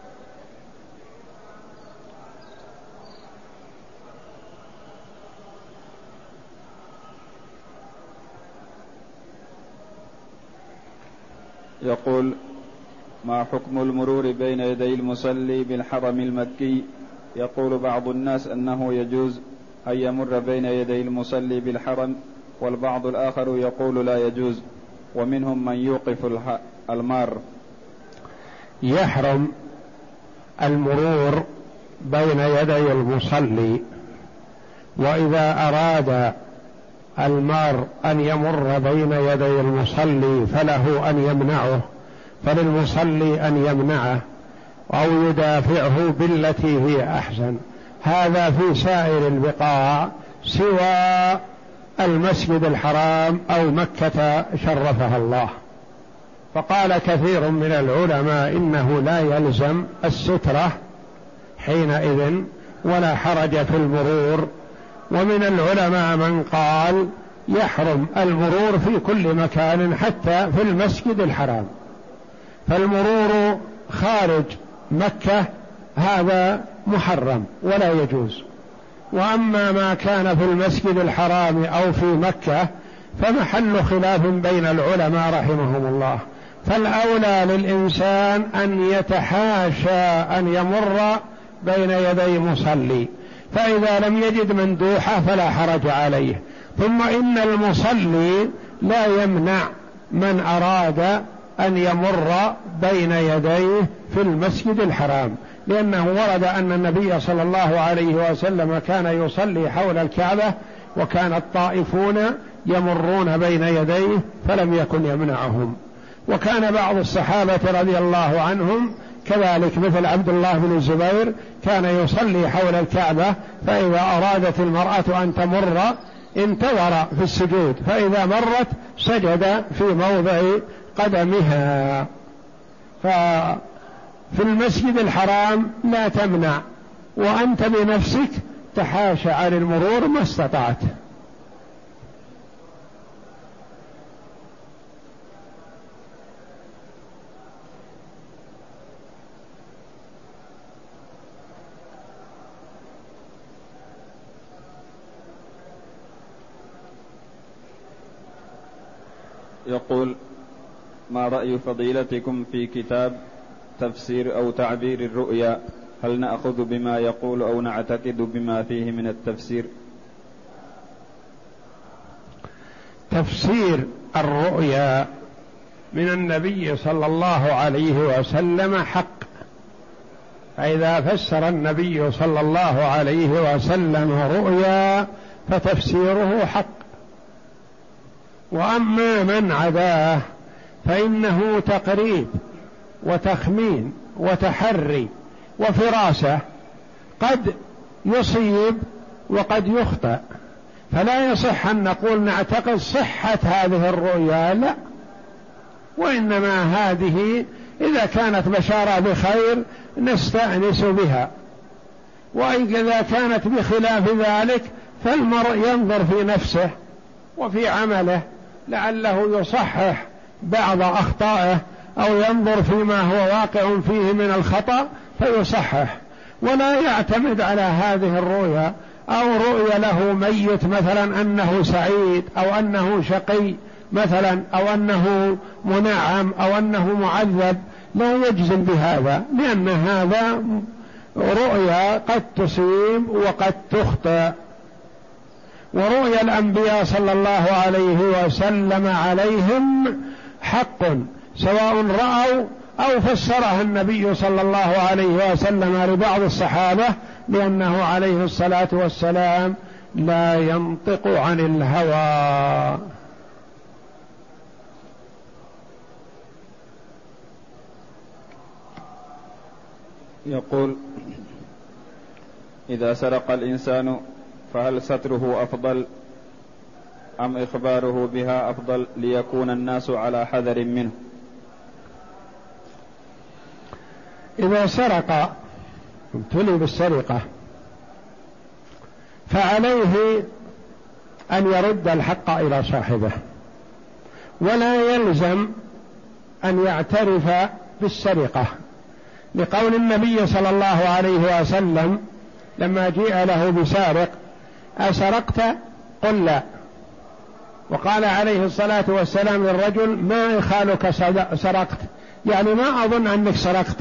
يقول: ما حكم المرور بين يدي المصلي بالحرم المكي؟ يقول بعض الناس أنه يجوز أن يمر بين يدي المصلي بالحرم، والبعض الآخر يقول لا يجوز، ومنهم من يوقف المار. يحرم المرور بين يدي المصلي، وإذا أراد المار أن يمر بين يدي المصلي فله أن يمنعه، فللمصلي أن يمنعه أو يدافعه بالتي هي أحسن. هذا في سائر البقاع سوى المسجد الحرام أو مكة شرفها الله. فقال كثير من العلماء إنه لا يلزم السترة حينئذ ولا حرج في المرور، ومن العلماء من قال يحرم المرور في كل مكان حتى في المسجد الحرام، فالمرور خارج مكة هذا محرم ولا يجوز. وأما ما كان في المسجد الحرام أو في مكة فمحل خلاف بين العلماء رحمهم الله، فالأولى للإنسان أن يتحاشى أن يمر بين يدي مصلي، فإذا لم يجد مندوحة فلا حرج عليه. ثم إن المصلي لا يمنع من أراد أن يمر بين يديه في المسجد الحرام، لأنه ورد أن النبي صلى الله عليه وسلم كان يصلي حول الكعبة وكان الطائفون يمرون بين يديه فلم يكن يمنعهم. وكان بعض الصحابة رضي الله عنهم كذلك، مثل عبد الله بن الزبير كان يصلي حول الكعبة، فإذا أرادت المرأة أن تمر انتظر في السجود، فإذا مرت سجد في موضع قدمها. ففي المسجد الحرام لا تمنع، وأنت بنفسك تحاشى عن المرور ما استطعت. يقول: ما رأي فضيلتكم في كتاب تفسير أو تعبير الرؤيا؟ هل نأخذ بما يقول أو نعتقد بما فيه من التفسير؟ تفسير الرؤيا من النبي صلى الله عليه وسلم حق، فإذا فسر النبي صلى الله عليه وسلم رؤيا فتفسيره حق. وأما من عداه فإنه تقريب وتخمين وتحري وفراسة، قد يصيب وقد يخطئ، فلا يصح أن نقول نعتقد صحة هذه الرؤيا، لا، وإنما هذه إذا كانت بشارة بخير نستأنس بها، وإذا كانت بخلاف ذلك فالمرء ينظر في نفسه وفي عمله لعله يصحح بعض أخطائه أو ينظر فيما هو واقع فيه من الخطأ فيصحح، ولا يعتمد على هذه الرؤيا. أو رؤيا له ميت مثلا أنه سعيد أو أنه شقي مثلا أو أنه منعم أو أنه معذب، لا يجزم بهذا، لأن هذا رؤيا قد تصيب وقد تخطئ. ورؤيا الأنبياء صلى الله عليه وسلم عليهم حق، سواء رأوا أو فسرها النبي صلى الله عليه وسلم لبعض الصحابة، لأنه عليه الصلاة والسلام لا ينطق عن الهوى. يقول: إذا سرق الإنسان فهل ستره أفضل أم إخباره بها أفضل ليكون الناس على حذر منه؟ إذا سرق ابتلي بالسرقة فعليه أن يرد الحق إلى صاحبه، ولا يلزم أن يعترف بالسرقة، لقول النبي صلى الله عليه وسلم لما جيء له بسارق: أسرقت؟ قل لا. وقال عليه الصلاة والسلام للرجل: ما يخالك سرقت؟ يعني ما أظن أنك سرقت.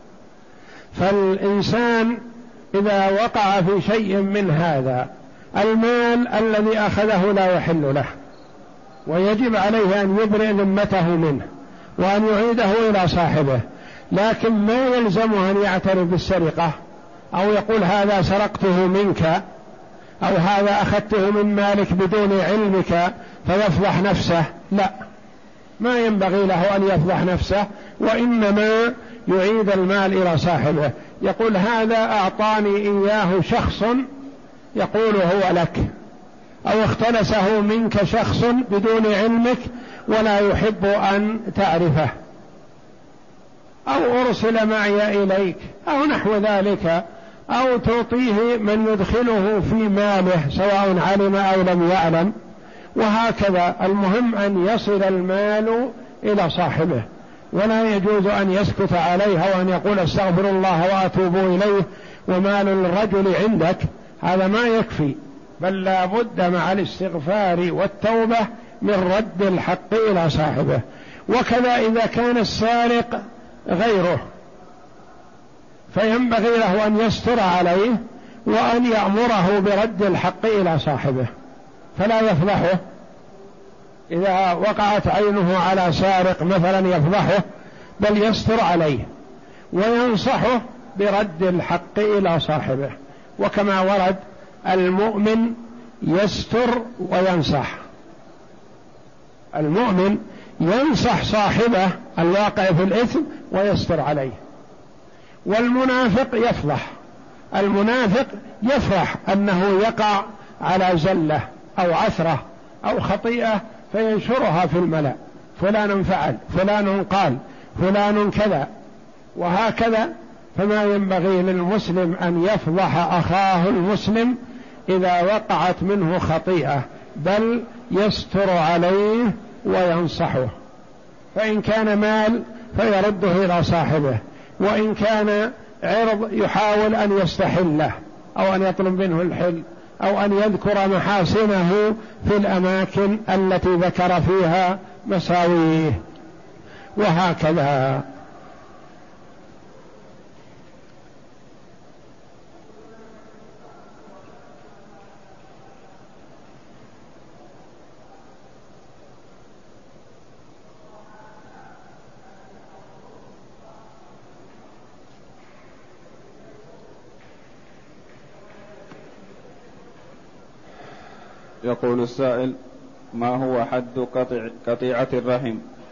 فالإنسان إذا وقع في شيء من هذا، المال الذي أخذه لا يحل له، ويجب عليه أن يبرئ ذمته منه وأن يعيده إلى صاحبه، لكن ما يلزمه أن يعترف بالسرقة أو يقول هذا سرقته منك أو هذا أخذته من مالك بدون علمك فيفضح نفسه، لا، ما ينبغي له أن يفضح نفسه، وإنما يعيد المال إلى صاحبه، يقول هذا أعطاني إياه شخص يقول هو لك، أو اختلسه منك شخص بدون علمك ولا يحب أن تعرفه، أو أرسل معي إليك أو نحو ذلك، أو تعطيه من يدخله في ماله سواء علم أو لم يعلم، وهكذا. المهم أن يصل المال إلى صاحبه، ولا يجوز أن يسكت عليها وأن يقول استغفر الله وأتوب إليه ومال الرجل عندك، هذا ما يكفي، بل لا بد مع الاستغفار والتوبة من رد الحق إلى صاحبه. وكذا إذا كان السارق غيره فينبغي له أن يستر عليه وأن يأمره برد الحق إلى صاحبه، فلا يفضحه. إذا وقعت عينه على سارق مثلا يفضحه، بل يستر عليه وينصحه برد الحق إلى صاحبه. وكما ورد المؤمن يستر وينصح، المؤمن ينصح صاحبه الواقع في الإثم ويستر عليه، والمنافق يفضح، المنافق يفرح أنه يقع على زلة أو عثرة أو خطيئة فينشرها في الملأ، فلان فعل، فلان قال، فلان كذا، وهكذا. فما ينبغي للمسلم أن يفضح أخاه المسلم إذا وقعت منه خطيئة، بل يستر عليه وينصحه، فإن كان مال فيرده إلى صاحبه، وإن كان عرض يحاول أن يستحله أو أن يطلب منه الحل أو أن يذكر محاسنه في الأماكن التي ذكر فيها مساويه، وهكذا. يقول السائل: ما هو حد قطع قطيعة الرحم؟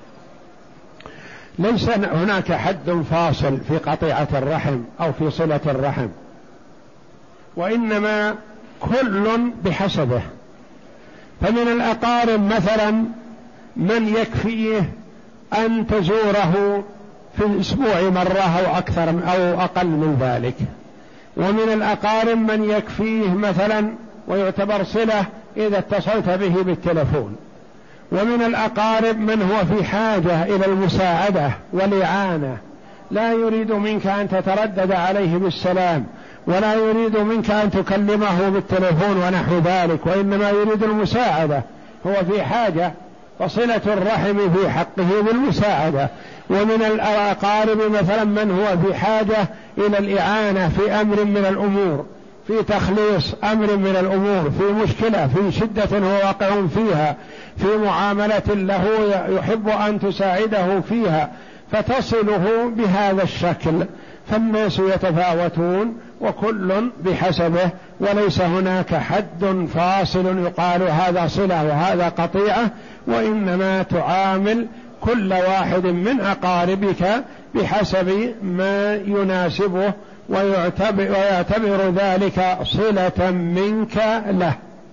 ليس هناك حد فاصل في قطيعة الرحم أو في صلة الرحم، وإنما كل بحسبه. فمن الأقارب مثلا من يكفيه أن تزوره في الأسبوع مرة أو أكثر أو أقل من ذلك، ومن الأقارب من يكفيه مثلا ويعتبر صلة إذا اتصلت به بالتلفون، ومن الأقارب من هو في حاجة إلى المساعدة والإعانة، لا يريد منك أن تتردد عليه بالسلام، ولا يريد منك أن تكلمه بالتلفون ونحو ذلك، وإنما يريد المساعدة، هو في حاجة، فصلة الرحم في حقه بالمساعدة. ومن الأقارب مثلا من هو في حاجة إلى الإعانة في أمر من الأمور، في تخليص أمر من الأمور، في مشكلة، في شدة هو واقع فيها، في معاملة له يحب أن تساعده فيها، فتصله بهذا الشكل. فالناس يتفاوتون وكل بحسبه، وليس هناك حد فاصل يقال هذا صلة وهذا قطيعة، وإنما تعامل كل واحد من أقاربك بحسب ما يناسبه، ويعتبر, ويعتبر ذلك صلة منك له.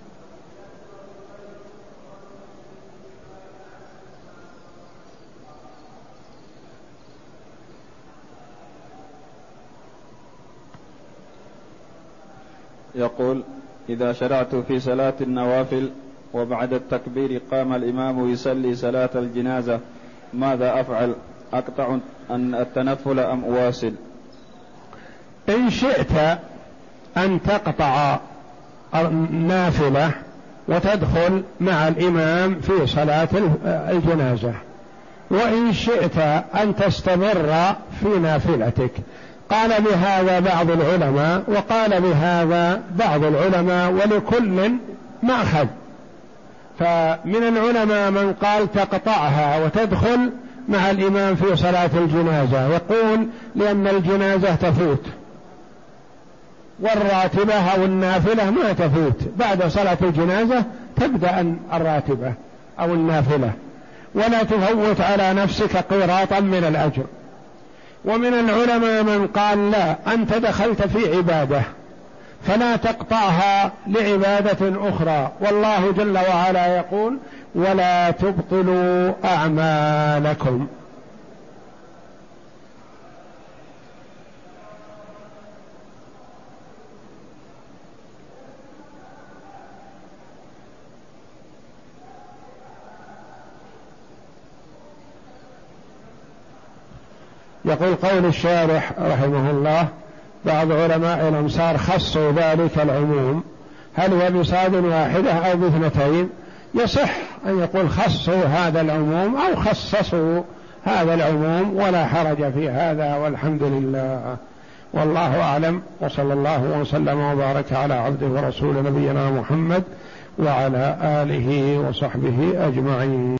يقول: إذا شرعت في صلاة النوافل وبعد التكبير قام الإمام يصلي صلاة الجنازة، ماذا أفعل؟ أقطع أن التنفل أم أواصل؟ إن شئت أن تقطع النافلة وتدخل مع الإمام في صلاة الجنازة، وإن شئت أن تستمر في نافلتك. قال بهذا بعض العلماء وقال بهذا بعض العلماء، ولكل مأخذ. فمن العلماء من قال تقطعها وتدخل مع الإمام في صلاة الجنازة، يقول لأن الجنازة تفوت، والراتبة أو النافلة ما تفوت، بعد صلاة الجنازة تبدأ الراتبة أو النافلة، ولا تفوت على نفسك قيراطا من الأجر. ومن العلماء من قال لا، أنت دخلت في عبادة فلا تقطعها لعبادة أخرى، والله جل وعلا يقول: ولا تبطلوا أعمالكم. يقول قول الشارح رحمه الله: بعض علماء الأمصار خصوا ذلك العموم، هل هو بصاد واحدة أو باثنتين؟ يصح أن يقول خصوا هذا العموم أو خصصوا هذا العموم، ولا حرج في هذا، والحمد لله، والله أعلم. وصلى الله وسلم وبارك على عبده ورسول نبينا محمد وعلى آله وصحبه أجمعين.